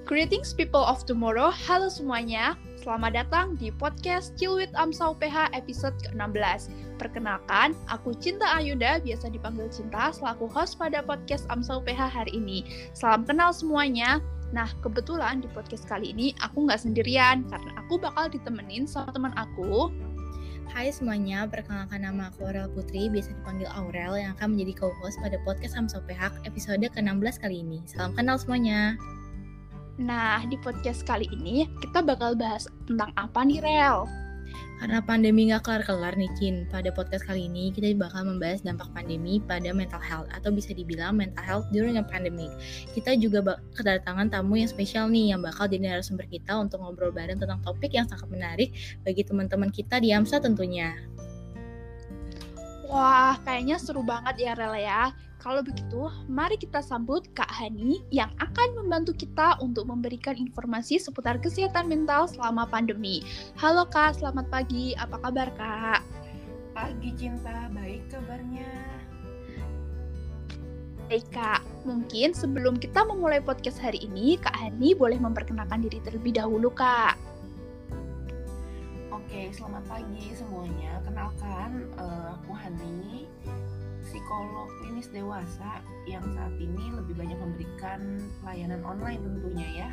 Greetings people of tomorrow, halo semuanya. Selamat datang di podcast Chill with Amsa UPH episode ke-16. Perkenalkan, aku Cinta Ayuda, biasa dipanggil Cinta, selaku host pada podcast Amsa UPH hari ini. Salam kenal semuanya. Nah, kebetulan di podcast kali ini aku nggak sendirian, karena aku bakal ditemenin sama teman aku. Hai semuanya, perkenalkan nama aku Aurel Putri, biasa dipanggil Aurel, yang akan menjadi co-host pada podcast Amsa UPH episode ke-16 kali ini. Salam kenal semuanya. Nah, di podcast kali ini kita bakal bahas tentang apa nih, Rel? Karena pandemi gak kelar-kelar nih, Cin. Pada podcast kali ini kita bakal membahas dampak pandemi pada mental health, atau bisa dibilang mental health during a pandemic. Kita juga kedatangan tamu yang spesial nih, yang bakal jadi narasumber kita untuk ngobrol bareng tentang topik yang sangat menarik bagi teman-teman kita di AMSA tentunya. Wah, kayaknya seru banget ya, Rel ya. Kalau begitu, mari kita sambut Kak Hani yang akan membantu kita untuk memberikan informasi seputar kesehatan mental selama pandemi. Halo Kak, selamat pagi. Apa kabar Kak? Pagi Cinta, baik kabarnya. Baik Kak, mungkin sebelum kita memulai podcast hari ini, Kak Hani boleh memperkenalkan diri terlebih dahulu Kak. Oke, selamat pagi semuanya. Kenalkan, aku Hani, psikolog klinis dewasa yang saat ini lebih banyak memberikan pelayanan online tentunya ya.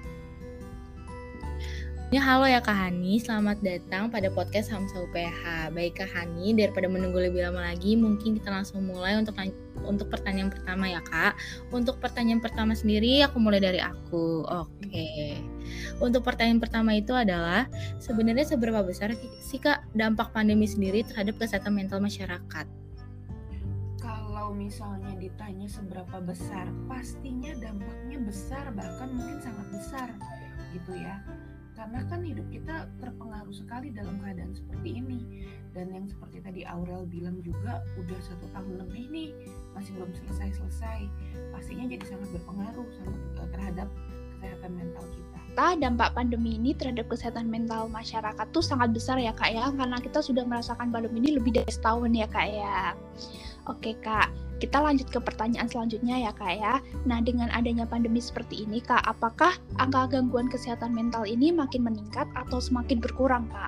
Halo ya Kak Hani, selamat datang pada podcast Amsa UPH. Baik Kak Hani, daripada menunggu lebih lama lagi, mungkin kita langsung mulai untuk pertanyaan pertama ya Kak. Untuk pertanyaan pertama sendiri, aku mulai dari aku. Oke. Untuk pertanyaan pertama itu adalah, sebenarnya seberapa besar sih Kak dampak pandemi sendiri terhadap kesehatan mental masyarakat? Kalau misalnya ditanya seberapa besar, pastinya dampaknya besar, bahkan mungkin sangat besar gitu ya. Karena kan hidup kita terpengaruh sekali dalam keadaan seperti ini. Dan yang seperti tadi Aurel bilang juga, udah 1 tahun lebih nih, masih belum selesai-selesai. Pastinya jadi sangat berpengaruh terhadap kesehatan mental kita. Dampak pandemi ini terhadap kesehatan mental masyarakat tuh sangat besar ya Kak ya, karena kita sudah merasakan pandemi ini lebih dari setahun ya Kak ya. Oke Kak, kita lanjut ke pertanyaan selanjutnya ya Kak ya. Nah, dengan adanya pandemi seperti ini Kak, apakah angka gangguan kesehatan mental ini makin meningkat atau semakin berkurang Kak?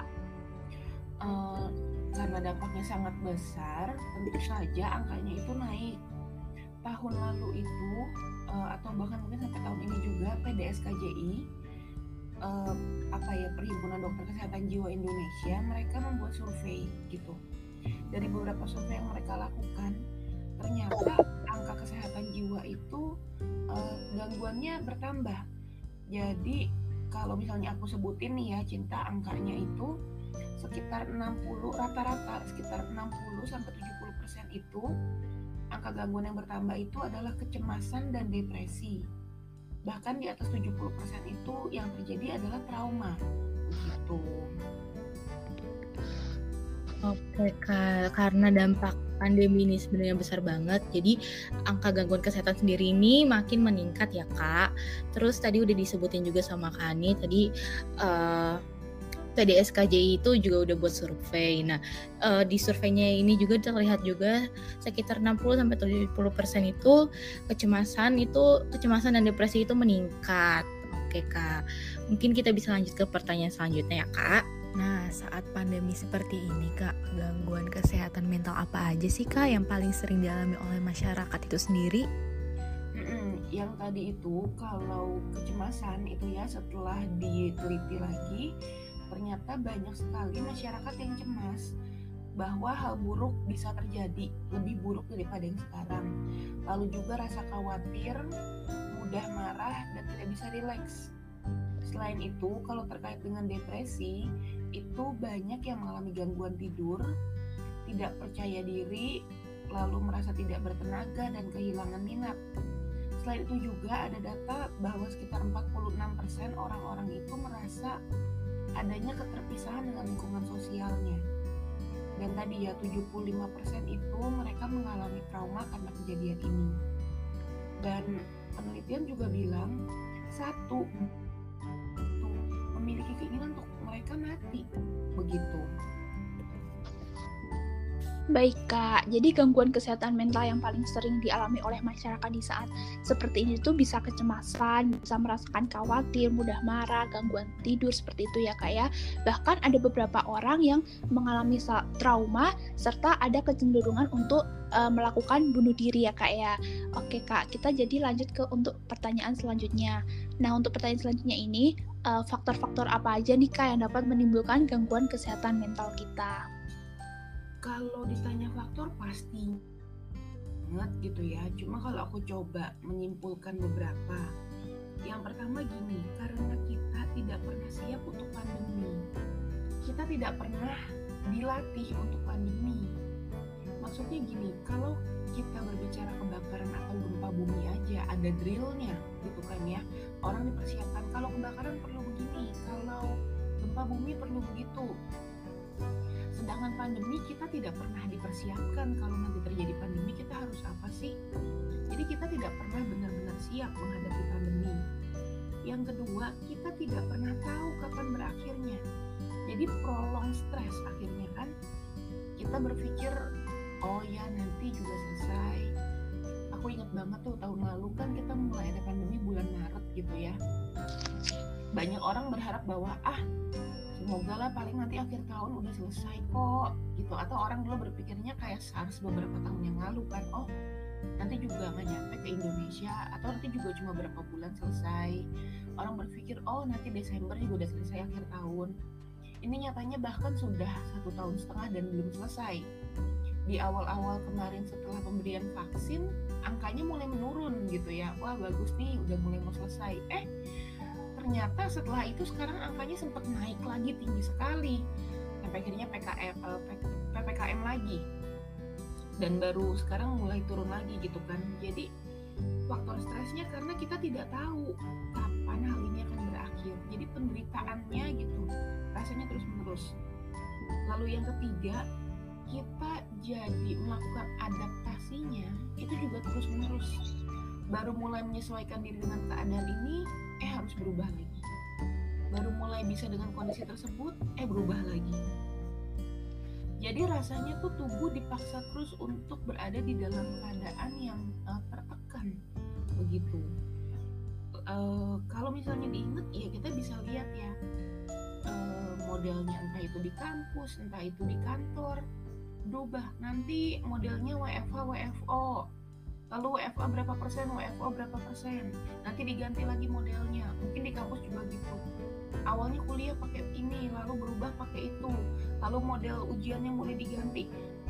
Karena dampaknya sangat besar, tentu saja angkanya itu naik. Tahun lalu itu, atau bahkan mungkin sampai tahun ini juga, PDSKJI, Perhimpunan Dokter Kesehatan Jiwa Indonesia, mereka membuat survei gitu. Dari beberapa survei yang mereka lakukan, ternyata angka kesehatan jiwa itu gangguannya bertambah. Jadi kalau misalnya aku sebutin nih ya Cinta, angkanya itu sekitar 60, rata-rata sekitar 60-70% itu angka gangguan yang bertambah itu adalah kecemasan dan depresi. Bahkan di atas 70% itu yang terjadi adalah trauma begitu. Oke Kak, karena dampak pandemi ini sebenarnya besar banget, jadi angka gangguan kesehatan sendiri ini makin meningkat ya Kak. Terus tadi udah disebutin juga sama Kak Ani, tadi PDSKJI itu juga udah buat survei. Nah, di surveinya ini juga terlihat juga sekitar 60-70% itu kecemasan dan depresi itu meningkat. Oke Kak, mungkin kita bisa lanjut ke pertanyaan selanjutnya ya Kak. Nah, saat pandemi seperti ini Kak, gangguan kesehatan mental apa aja sih Kak yang paling sering dialami oleh masyarakat itu sendiri? Yang tadi itu, kalau kecemasan itu ya, setelah diteliti lagi, ternyata banyak sekali masyarakat yang cemas bahwa hal buruk bisa terjadi, lebih buruk daripada yang sekarang. Lalu juga rasa khawatir, mudah marah, dan tidak bisa rileks. Selain itu, kalau terkait dengan depresi, itu banyak yang mengalami gangguan tidur, tidak percaya diri, lalu merasa tidak bertenaga dan kehilangan minat. Selain itu juga ada data bahwa sekitar 46% orang-orang itu merasa adanya keterpisahan dengan lingkungan sosialnya. Dan tadi ya 75% itu mereka mengalami trauma karena kejadian ini. Dan penelitian juga bilang satu memiliki keinginan untuk mereka mati begitu. Baik Kak, jadi gangguan kesehatan mental yang paling sering dialami oleh masyarakat di saat seperti ini tuh bisa kecemasan, bisa merasakan khawatir, mudah marah, gangguan tidur seperti itu ya Kak ya. Bahkan ada beberapa orang yang mengalami trauma serta ada kecenderungan untuk melakukan bunuh diri ya Kak ya. Oke Kak, kita jadi lanjut ke untuk pertanyaan selanjutnya. Nah untuk pertanyaan selanjutnya ini, faktor-faktor apa aja nih Kak yang dapat menimbulkan gangguan kesehatan mental kita? Kalau ditanya faktor pasti banget gitu ya. Cuma kalau aku coba menyimpulkan beberapa. Yang pertama gini, karena kita tidak pernah siap untuk pandemi. Kita tidak pernah dilatih untuk pandemi. Maksudnya gini, kalau kita berbicara kebakaran atau gempa bumi aja ada drillnya gitu kan ya. Orang dipersiapkan kalau kebakaran perlu begini, kalau gempa bumi perlu begitu. Sedangkan pandemi kita tidak pernah dipersiapkan kalau nanti terjadi pandemi kita harus apa sih? Jadi kita tidak pernah benar-benar siap menghadapi pandemi. Yang kedua, kita tidak pernah tahu kapan berakhirnya. Jadi prolong stres akhirnya kan. Kita berpikir, oh ya nanti juga selesai. Aku ingat banget tuh tahun lalu kan kita mulai ada pandemi bulan Maret gitu ya. Banyak orang berharap bahwa semoga lah paling nanti akhir tahun udah selesai kok gitu. Atau orang dulu berpikirnya kayak SARS beberapa tahun yang lalu kan, oh nanti juga nggak nyampe ke Indonesia atau nanti juga cuma berapa bulan selesai. Orang berpikir oh nanti Desember juga udah selesai akhir tahun. Ini nyatanya bahkan sudah 1,5 tahun dan belum selesai. Di awal-awal kemarin setelah pemberian vaksin angkanya mulai menurun gitu ya, wah bagus nih udah mulai mau selesai. Ternyata setelah itu sekarang angkanya sempat naik lagi tinggi sekali sampai akhirnya PPKM lagi dan baru sekarang mulai turun lagi gitu kan. Jadi faktor stresnya karena kita tidak tahu kapan hal ini akan berakhir, jadi penderitaannya gitu rasanya terus menerus. Lalu yang ketiga, kita jadi melakukan adaptasinya itu juga terus menerus. Baru mulai menyesuaikan diri dengan keadaan ini harus berubah lagi. Baru mulai bisa dengan kondisi tersebut berubah lagi. Jadi rasanya tuh tubuh dipaksa terus untuk berada di dalam keadaan yang tertekan begitu. Kalau misalnya diingat ya kita bisa lihat ya modelnya entah itu di kampus, entah itu di kantor berubah. Nanti modelnya WFH, WFO. Lalu WFA berapa persen, WFO berapa persen. Nanti diganti lagi modelnya. Mungkin di kampus juga gitu. Awalnya kuliah pakai ini, lalu berubah pakai itu. Lalu model ujiannya mulai diganti.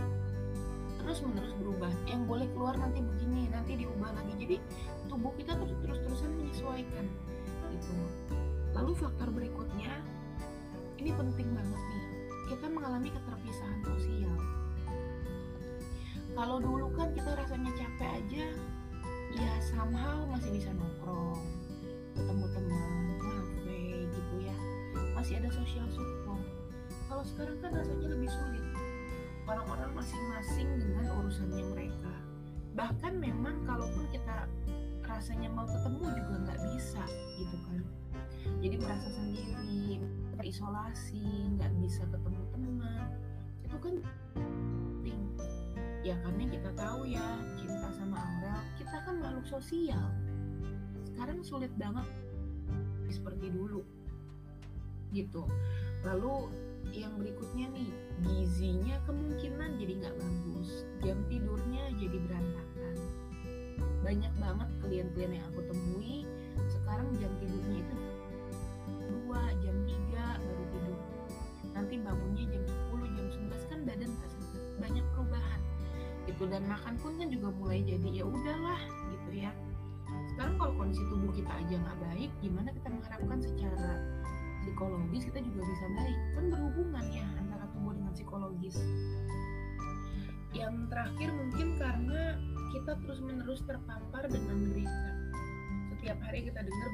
Terus menerus berubah. Yang boleh keluar nanti begini, nanti diubah lagi. Jadi tubuh kita terus-terusan menyesuaikan gitu. Lalu faktor berikutnya, ini penting banget nih. Kita mengalami keterpisahan sosial. Kalau dulu kan kita rasanya capek aja, ya somehow masih bisa nongkrong, ketemu teman, ngafe gitu ya, masih ada social support. Kalau sekarang kan rasanya lebih sulit, orang-orang masing-masing dengan urusannya mereka. Bahkan memang kalaupun kita rasanya mau ketemu juga nggak bisa gitu kan. Jadi merasa sendiri, terisolasi, nggak bisa ketemu teman, itu kan penting. Ya karena kita tahu ya, Cinta sama Aurel, kita kan makhluk sosial. Sekarang sulit banget seperti dulu gitu. Lalu yang berikutnya nih, gizinya kemungkinan jadi nggak bagus, jam tidurnya jadi berantakan. Banyak banget klien-klien yang aku temui sekarang jam tidurnya itu 2, jam 3 baru tidur. Nanti bangunnya jam 10, jam 11 kan badan tak segar. Banyak perubahan gitu. Dan makan pun kan juga mulai jadi ya udahlah gitu ya. Sekarang kalau kondisi tubuh kita aja nggak baik, gimana kita mengharapkan secara psikologis kita juga bisa baik? Kan berhubungan ya antara tubuh dengan psikologis. Yang terakhir mungkin karena kita terus-menerus terpapar dengan berita. Setiap hari kita dengar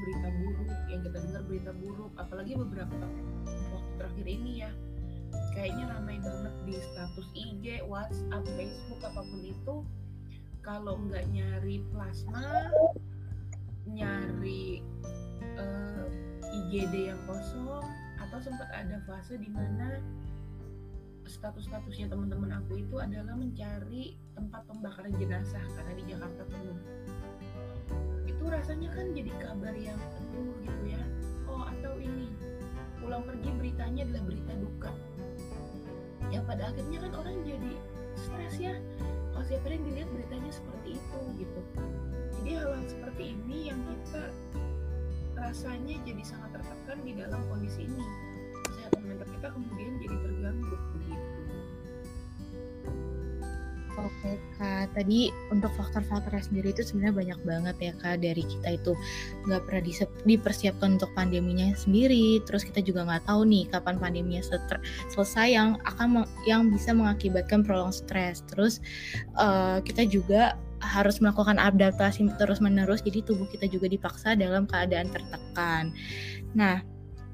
berita buruk, apalagi beberapa waktu terakhir ini ya. Kayaknya ramai banget di status IG, WhatsApp, Facebook, apapun itu. Kalau nggak nyari plasma, nyari IGD yang kosong, atau sempat ada fase di mana statusnya teman-teman aku itu adalah mencari tempat pembakaran jenazah karena di Jakarta penuh. Itu rasanya kan jadi kabar yang penuh gitu ya. Oh, atau ini pulang pergi beritanya adalah berita duka. Yang pada akhirnya kan orang jadi stres ya. Kalau siapa yang dilihat beritanya seperti itu gitu. Jadi hal-hal seperti ini yang kita rasanya jadi sangat tertekan di dalam kondisi ini. Kesehatan mental kita kemudian jadi terganggu begitu. Oke Kak, tadi untuk faktor-faktornya sendiri itu sebenarnya banyak banget ya Kak. Dari kita itu nggak pernah dipersiapkan untuk pandeminya sendiri, terus kita juga nggak tahu nih kapan pandeminya selesai yang bisa mengakibatkan prolong stres. Terus kita juga harus melakukan adaptasi terus-menerus, jadi tubuh kita juga dipaksa dalam keadaan tertekan. Nah,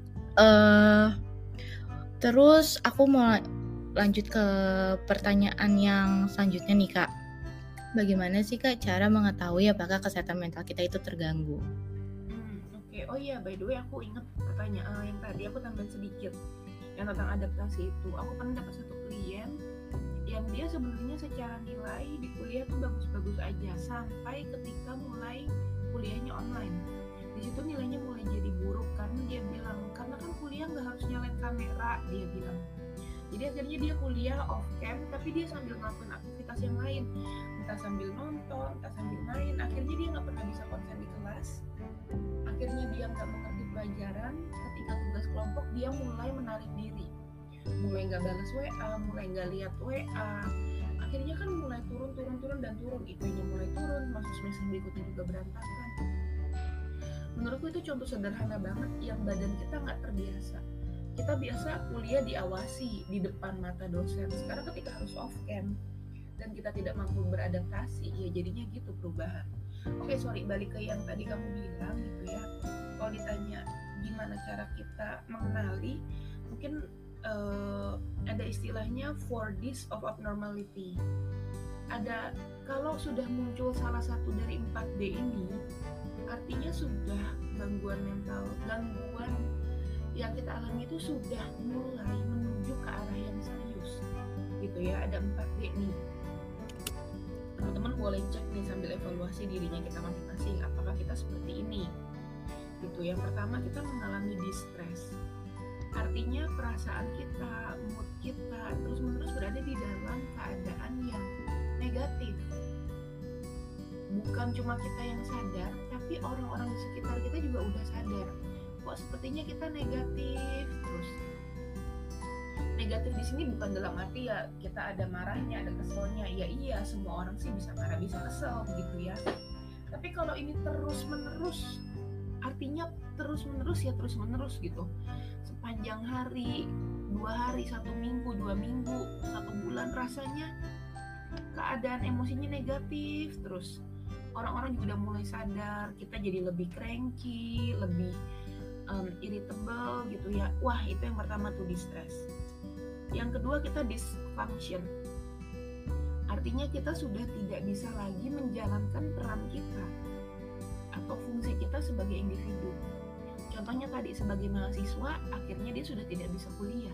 terus aku mau lanjut ke pertanyaan yang selanjutnya nih Kak. Bagaimana sih Kak cara mengetahui apakah kesehatan mental kita itu terganggu? Oke. Oh iya, by the way aku ingat pertanyaan yang tadi aku tambahin sedikit yang tentang adaptasi itu. Aku pernah dapat satu klien yang dia sebenarnya secara nilai di kuliah tuh bagus-bagus aja sampai ketika mulai kuliahnya online. Di situ nilainya mulai jadi buruk karena dia bilang karena kan kuliah nggak harus nyalain kamera, dia bilang. Jadi akhirnya dia kuliah off cam tapi dia sambil ngelakuin aktivitas yang lain, entah sambil nonton, entah sambil main. Akhirnya dia nggak pernah bisa konsen di kelas. Akhirnya dia nggak mengerti pelajaran. Ketika tugas kelompok dia mulai menarik diri, mulai nggak balas WA, mulai nggak lihat WA. Akhirnya kan mulai turun dan turun. IP-nya mulai turun, masuk semester berikutnya juga berantakan. Menurutku itu contoh sederhana banget yang badan kita nggak terbiasa. Kita biasa kuliah diawasi di depan mata dosen. Sekarang ketika harus off cam dan kita tidak mampu beradaptasi, ya jadinya gitu perubahan. Oke, balik ke yang tadi kamu bilang gitu ya. Kalau ditanya gimana cara kita mengenali, mungkin ada istilahnya 4Ds of abnormality. Ada kalau sudah muncul salah satu dari 4D ini, artinya sudah gangguan yang kita alami itu sudah mulai menuju ke arah yang serius gitu ya. Ada 4D nih, teman-teman boleh cek nih sambil evaluasi dirinya kita masing-masing apakah kita seperti ini gitu. Yang pertama, kita mengalami distress, artinya perasaan kita, mood kita terus-menerus berada di dalam keadaan yang negatif. Bukan cuma kita yang sadar, tapi orang-orang di sekitar kita juga udah sadar kok sepertinya kita negatif terus. Negatif di sini bukan dalam arti ya kita ada marahnya, ada keselnya. Ya iya, semua orang sih bisa marah, bisa kesel gitu ya. Tapi kalau ini terus-menerus, artinya terus-menerus gitu. Sepanjang hari, 2 hari, 1 minggu, 2 minggu, 1 bulan, rasanya keadaan emosinya negatif terus. Orang-orang juga udah mulai sadar, kita jadi lebih cranky, lebih irritable gitu ya. Wah, itu yang pertama tuh distress. Yang kedua, kita dysfunction. Artinya kita sudah tidak bisa lagi menjalankan peran kita atau fungsi kita sebagai individu. Contohnya tadi sebagai mahasiswa, akhirnya dia sudah tidak bisa kuliah.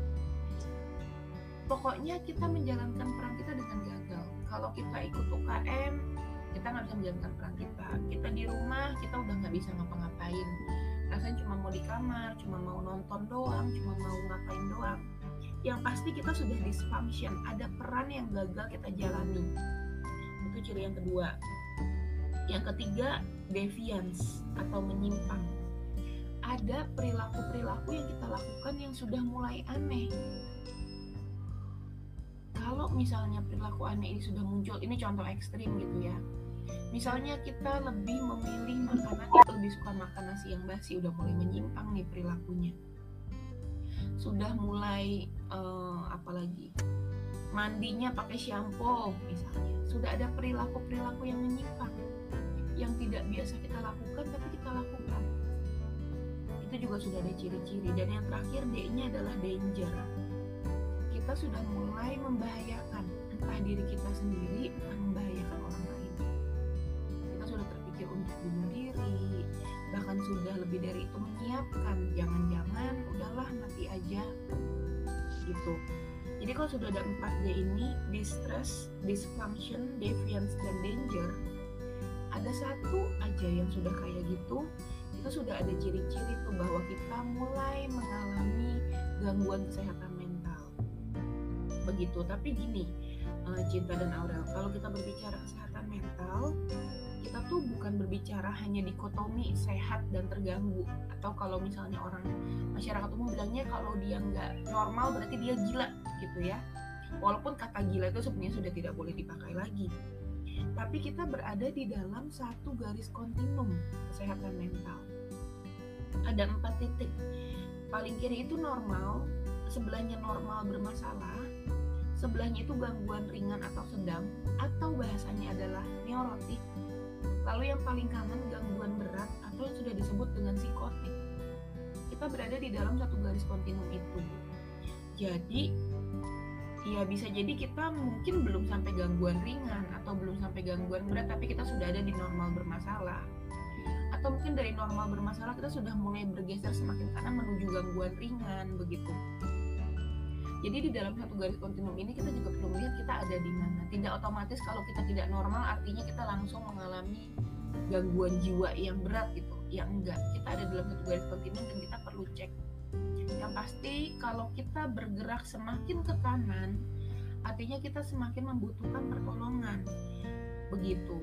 Pokoknya kita menjalankan peran kita dengan gagal. Kalau kita ikut UKM, kita nggak bisa menjalankan peran kita. Kita di rumah, kita udah nggak bisa ngapa-ngapain. Rasanya cuma mau di kamar, cuma mau nonton doang, cuma mau ngapain doang. Yang pasti kita sudah dysfunction, ada peran yang gagal kita jalani. Itu ciri yang kedua. Yang ketiga, deviance atau menyimpang. Ada perilaku-perilaku yang kita lakukan yang sudah mulai aneh. Kalau misalnya perilaku aneh ini sudah muncul, ini contoh ekstrim gitu ya. Misalnya kita lebih memilih makanan, kita lebih suka makan nasi yang basi, udah mulai menyimpang nih perilakunya. Sudah mulai apalagi mandinya pakai shampoo misalnya. Sudah ada perilaku-perilaku yang menyimpang, yang tidak biasa kita lakukan tapi kita lakukan. Itu juga sudah ada ciri-ciri. Dan yang terakhir, D-nya adalah danger. Kita sudah mulai membahayakan entah diri kita sendiri, entah membahayakan orang lain. Kita sudah terpikir untuk bunuh diri, bahkan sudah lebih dari itu menyiapkan, jangan-jangan udahlah mati aja gitu. Jadi kalau sudah ada 4D ini, distress, dysfunction, deviance, dan danger, ada satu aja yang sudah kayak gitu, itu sudah ada ciri-ciri tuh bahwa kita mulai mengalami gangguan kesehatan mental. Begitu. Tapi gini, Cinta dan Aurel, kalau kita berbicara kesehatan mental, kita tuh bukan berbicara hanya dikotomi sehat dan terganggu, atau kalau misalnya orang masyarakat umum bilangnya kalau dia nggak normal berarti dia gila gitu ya. Walaupun kata gila itu sebenarnya sudah tidak boleh dipakai lagi, tapi kita berada di dalam satu garis kontinum kesehatan mental. Ada 4 titik. Paling kiri itu normal, sebelahnya normal bermasalah, sebelahnya itu gangguan ringan atau sedang, atau bahasanya adalah neurotik. Lalu yang paling kanan gangguan berat atau yang sudah disebut dengan psikotik. Kita berada di dalam satu garis kontinum itu. Jadi ya bisa jadi kita mungkin belum sampai gangguan ringan atau belum sampai gangguan berat, tapi kita sudah ada di normal bermasalah. Atau mungkin dari normal bermasalah kita sudah mulai bergeser semakin kanan menuju gangguan ringan begitu. Jadi di dalam satu garis kontinum ini kita juga perlu melihat kita ada di mana. Tidak otomatis kalau kita tidak normal artinya kita langsung mengalami gangguan jiwa yang berat gitu. Ya enggak, kita ada dalam satu garis kontinum dan kita perlu cek. Yang pasti kalau kita bergerak semakin ke kanan, artinya kita semakin membutuhkan pertolongan. Begitu.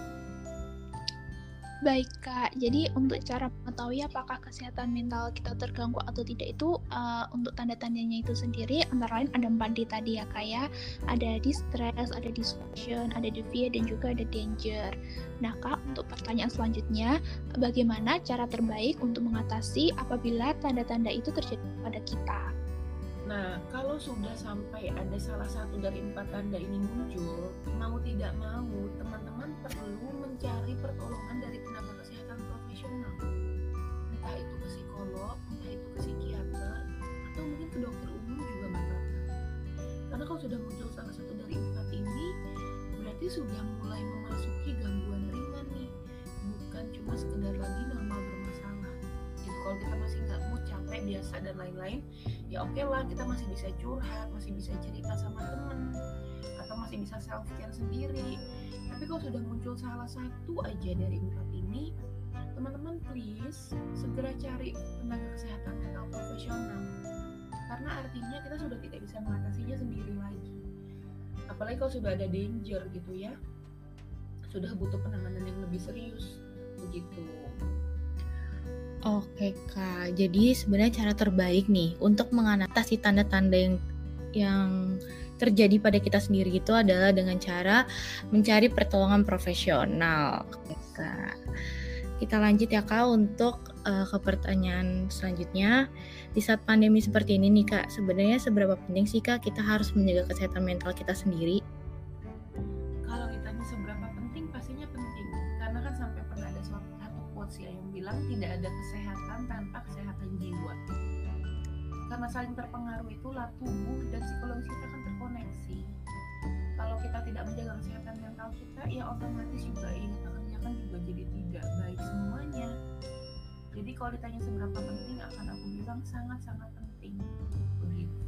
Baik Kak, jadi untuk cara mengetahui apakah kesehatan mental kita terganggu atau tidak itu untuk tanda-tandanya itu sendiri antara lain ada 4D tadi ya Kak ya. Ada distress, ada dysfunction, ada deviate, dan juga ada danger. Nah Kak, untuk pertanyaan selanjutnya, bagaimana cara terbaik untuk mengatasi apabila tanda-tanda itu terjadi pada kita? Nah, kalau sudah sampai ada salah satu dari 4 tanda ini muncul, mau tidak mau, teman-teman perlu mencari pertolongan dari tenaga kesehatan profesional. Entah itu ke psikolog, entah itu ke psikiater, atau mungkin ke dokter umum juga nggak apa-apa. Karena kalau sudah muncul salah satu dari 4 ini, berarti sudah mulai memasuki gangguan ringan nih, bukan cuma sekedar lagi normal bermasalah. Gitu, kalau kita masih nggak mood, capek, biasa, dan lain-lain, ya oke lah, kita masih bisa curhat, masih bisa cerita sama temen, atau masih bisa self care sendiri. Tapi kalau sudah muncul salah satu aja dari 4 ini, teman-teman please segera cari tenaga kesehatan mental profesional, karena artinya kita sudah tidak bisa mengatasinya sendiri lagi. Apalagi kalau sudah ada danger gitu ya, sudah butuh penanganan yang lebih serius begitu. Oke Kak, jadi sebenarnya cara terbaik nih untuk mengatasi tanda-tanda yang terjadi pada kita sendiri itu adalah dengan cara mencari pertolongan profesional. Oke Kak, kita lanjut ya Kak untuk ke pertanyaan selanjutnya. Di saat pandemi seperti ini nih Kak, sebenarnya seberapa penting sih Kak kita harus menjaga kesehatan mental kita sendiri? Kalau ditanya seberapa penting, pastinya penting. Karena kan sampai pernah ada satu quotes ya yang bilang tidak ada kesehatan tanpa kesehatan jiwa. Karena saling terpengaruh itulah tubuh dan psikologis kita kan terkoneksi. Kalau kita tidak menjaga kesehatan mental kita, ya otomatis juga yang kita kerjakan juga jadi tidak baik semuanya. Jadi kalau ditanya seberapa penting, akan aku bilang sangat-sangat penting. Begitu.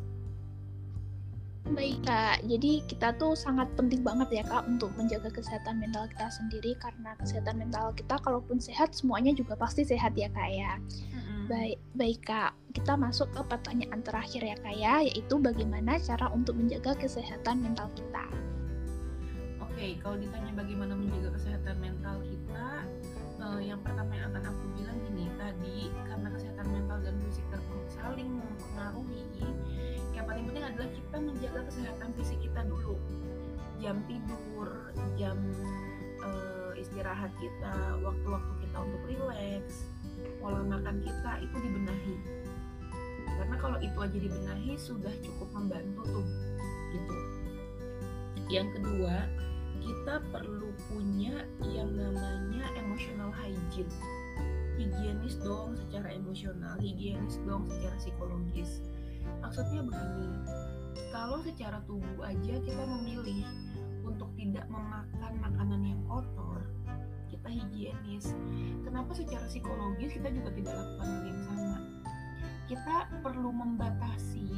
Baik Kak, jadi kita tuh sangat penting banget ya Kak untuk menjaga kesehatan mental kita sendiri, karena kesehatan mental kita kalaupun sehat semuanya juga pasti sehat ya Kak ya. Baik Kak, kita masuk ke pertanyaan terakhir ya Kak ya, yaitu bagaimana cara untuk menjaga kesehatan mental kita. Oke, kalau ditanya bagaimana menjaga kesehatan mental kita, yang pertama yang akan aku bilang gini, tadi karena kesehatan mental dan fisik saling mempengaruhi, yang paling penting adalah kita menjaga kesehatan fisik kita dulu. Jam tidur, jam istirahat kita, waktu-waktu kita untuk rileks, pola makan kita itu dibenahi. Karena kalau itu aja dibenahi sudah cukup membantu tuh, gitu. Yang kedua, kita perlu punya yang namanya emotional hygiene. Higienis dong secara emosional, higienis dong secara psikologis. Maksudnya begini, kalau secara tubuh aja kita memilih untuk tidak memakan makanan yang kotor, kita higienis. Kenapa secara psikologis kita juga tidak lakukan hal yang sama? Kita perlu membatasi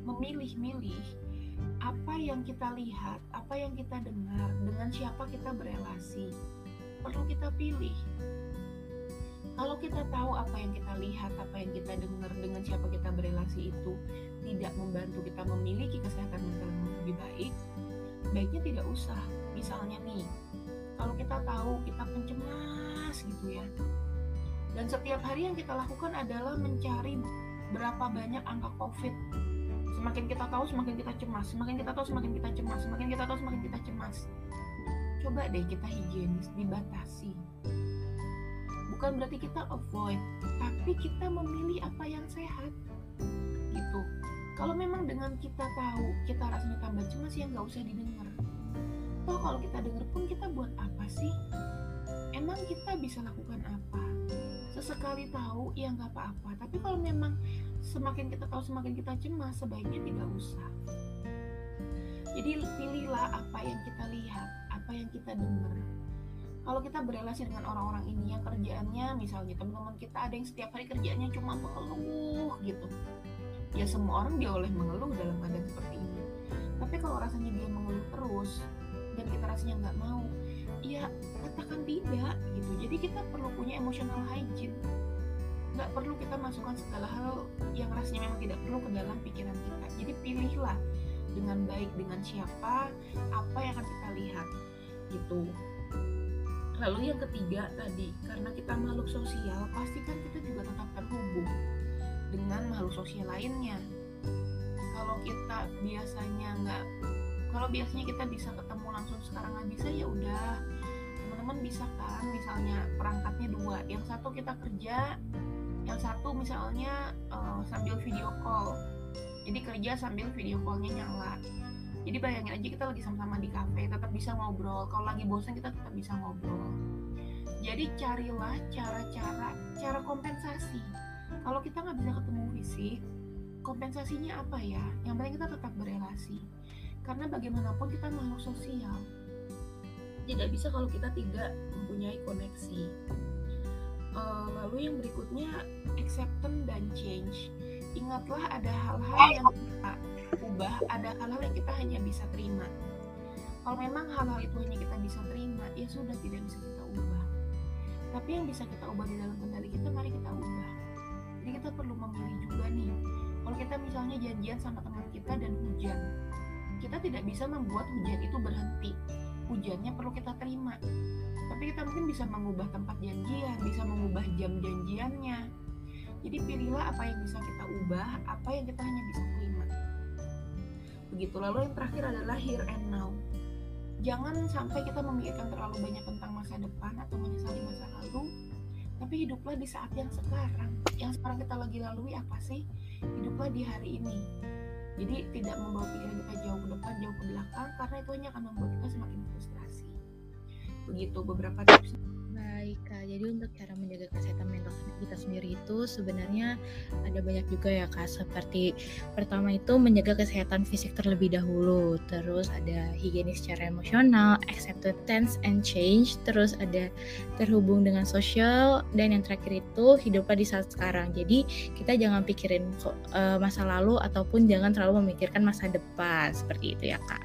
memilih-milih apa yang kita lihat, apa yang kita dengar, dengan siapa kita berelasi. Perlu kita pilih. Kalau kita tahu apa yang kita lihat, apa yang kita dengar, dengan siapa kita berelasi itu tidak membantu kita memiliki kesehatan mental yang lebih baik, baiknya tidak usah. Misalnya nih, kalau kita tahu kita pencemas gitu ya, dan setiap hari yang kita lakukan adalah mencari berapa banyak angka COVID. Semakin kita tahu, semakin kita cemas. Semakin kita tahu, semakin kita cemas. Semakin kita tahu, semakin kita cemas. Coba deh kita higienis, dibatasi. Bukan berarti kita avoid, tapi kita memilih apa yang sehat. Gitu. Kalau memang dengan kita tahu, kita rasanya tambah cemas, ya nggak usah didengar. Toh kalau kita dengar pun kita buat apa sih? Emang kita bisa lakukan apa? Sesekali tahu, ya nggak apa-apa. Tapi kalau memang semakin kita tahu, semakin kita cemas, sebaiknya tidak usah. Jadi pilihlah apa yang kita lihat, apa yang kita dengar. Kalau kita berelasi dengan orang-orang ini yang kerjaannya, misalnya teman-teman kita ada yang setiap hari kerjaannya cuma mengeluh gitu. Ya semua orang dia oleh mengeluh dalam keadaan seperti ini. Tapi kalau rasanya dia mengeluh terus dan kita rasanya nggak mau, ya katakan tidak gitu. Jadi kita perlu punya emotional hygiene. Nggak perlu kita masukkan segala hal yang rasanya memang tidak perlu ke dalam pikiran kita. Jadi pilihlah dengan baik, dengan siapa, apa yang akan kita lihat gitu. Lalu yang ketiga tadi, karena kita makhluk sosial, pastikan kita juga tetap terhubung dengan makhluk sosial lainnya. Kalau biasanya kita bisa ketemu langsung, sekarang nggak bisa, ya udah teman-teman bisa kan, misalnya perangkatnya 2, yang satu kita kerja, yang satu misalnya sambil video call. Jadi kerja sambil video callnya nyala. Jadi bayangin aja kita lagi sama-sama di kafe, tetap bisa ngobrol. Kalau lagi bosan kita tetap bisa ngobrol. Jadi carilah cara kompensasi. Kalau kita nggak bisa ketemu fisik, kompensasinya apa ya? Yang penting kita tetap berelasi. Karena bagaimanapun kita makhluk sosial. Tidak bisa kalau kita tidak mempunyai koneksi. Lalu yang berikutnya, acceptance dan change. Ingatlah ada hal-hal yang kita ubah, ada hal-hal yang kita hanya bisa terima. Kalau memang hal-hal itu hanya kita bisa terima, ya sudah, tidak bisa kita ubah. Tapi yang bisa kita ubah di dalam kendali kita, mari kita ubah. Jadi kita perlu memilih juga nih. Kalau kita misalnya janjian sama teman kita dan hujan, kita tidak bisa membuat hujan itu berhenti. Hujannya perlu kita terima. Tapi kita mungkin bisa mengubah tempat janjian, bisa mengubah jam janjiannya. Jadi pilihlah apa yang bisa kita ubah, apa yang kita hanya bisa terima. Begitu. Lalu yang terakhir adalah here and now. Jangan sampai kita memikirkan terlalu banyak tentang masa depan atau menyesali masa lalu, tapi hiduplah di saat yang sekarang. Yang sekarang kita lagi lalui apa sih? Hiduplah di hari ini. Jadi tidak membawa pikiran kita jauh ke depan, jauh ke belakang, karena itu hanya akan membuat kita semakin frustrasi. Begitu beberapa tips. Baik Kak, jadi untuk cara menjaga kesehatan mental kita sendiri itu sebenarnya ada banyak juga ya Kak. Seperti pertama itu menjaga kesehatan fisik terlebih dahulu, terus ada higienis secara emosional, acceptance and change, terus ada terhubung dengan sosial, dan yang terakhir itu hiduplah di saat sekarang. Jadi kita jangan pikirin masa lalu ataupun jangan terlalu memikirkan masa depan, seperti itu ya Kak.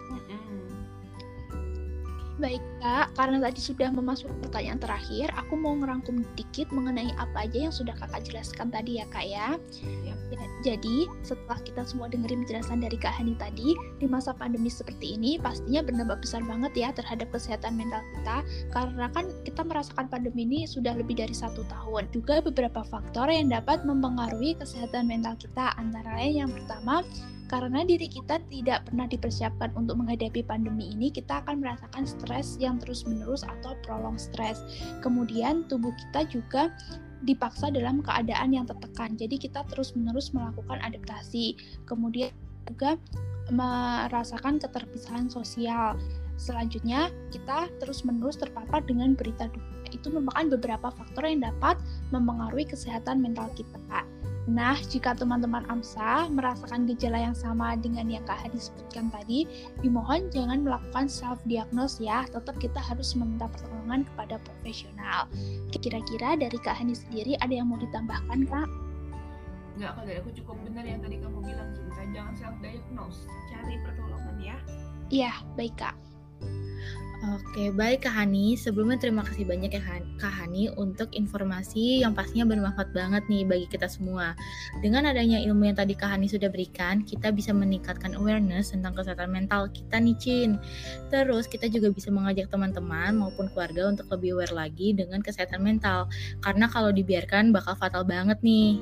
Baik Kak, karena tadi sudah memasuki pertanyaan terakhir, aku mau ngerangkum dikit mengenai apa aja yang sudah Kakak jelaskan tadi ya Kak ya. Jadi setelah kita semua dengerin penjelasan dari Kak Hani tadi, di masa pandemi seperti ini pastinya berdampak besar banget ya terhadap kesehatan mental kita, karena kan kita merasakan pandemi ini sudah lebih dari 1 tahun. Juga beberapa faktor yang dapat mempengaruhi kesehatan mental kita, antara lain yang pertama, karena diri kita tidak pernah dipersiapkan untuk menghadapi pandemi ini, kita akan merasakan stres yang terus-menerus atau prolong stres. Kemudian tubuh kita juga dipaksa dalam keadaan yang tertekan. Jadi kita terus-menerus melakukan adaptasi. Kemudian juga merasakan keterpisahan sosial. Selanjutnya, kita terus-menerus terpapar dengan berita duka. Itu merupakan beberapa faktor yang dapat mempengaruhi kesehatan mental kita. Nah, jika teman-teman AMSA merasakan gejala yang sama dengan yang Kak Hani sebutkan tadi, dimohon jangan melakukan self-diagnose ya, tetap kita harus meminta pertolongan kepada profesional. Kira-kira dari Kak Hani sendiri ada yang mau ditambahkan, Kak? Enggak, kalau dari aku cukup benar yang tadi kamu bilang, Cinta. Jangan self-diagnose, cari pertolongan ya. Iya, baik Kak. Oke, baik Kak Hani. Sebelumnya terima kasih banyak ya Kak Hani untuk informasi yang pastinya bermanfaat banget nih bagi kita semua. Dengan adanya ilmu yang tadi Kak Hani sudah berikan, kita bisa meningkatkan awareness tentang kesehatan mental kita nih Cin. Terus kita juga bisa mengajak teman-teman maupun keluarga untuk lebih aware lagi dengan kesehatan mental. Karena kalau dibiarkan bakal fatal banget nih.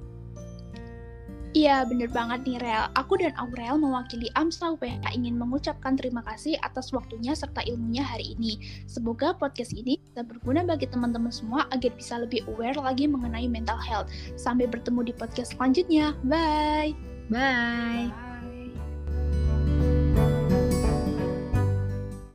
Iya, bener banget nih Rel. Aku dan Aurel mewakili AMSA UPH ingin mengucapkan terima kasih atas waktunya serta ilmunya hari ini. Semoga podcast ini bisa berguna bagi teman-teman semua agar bisa lebih aware lagi mengenai mental health. Sampai bertemu di podcast selanjutnya. Bye! Bye! Bye.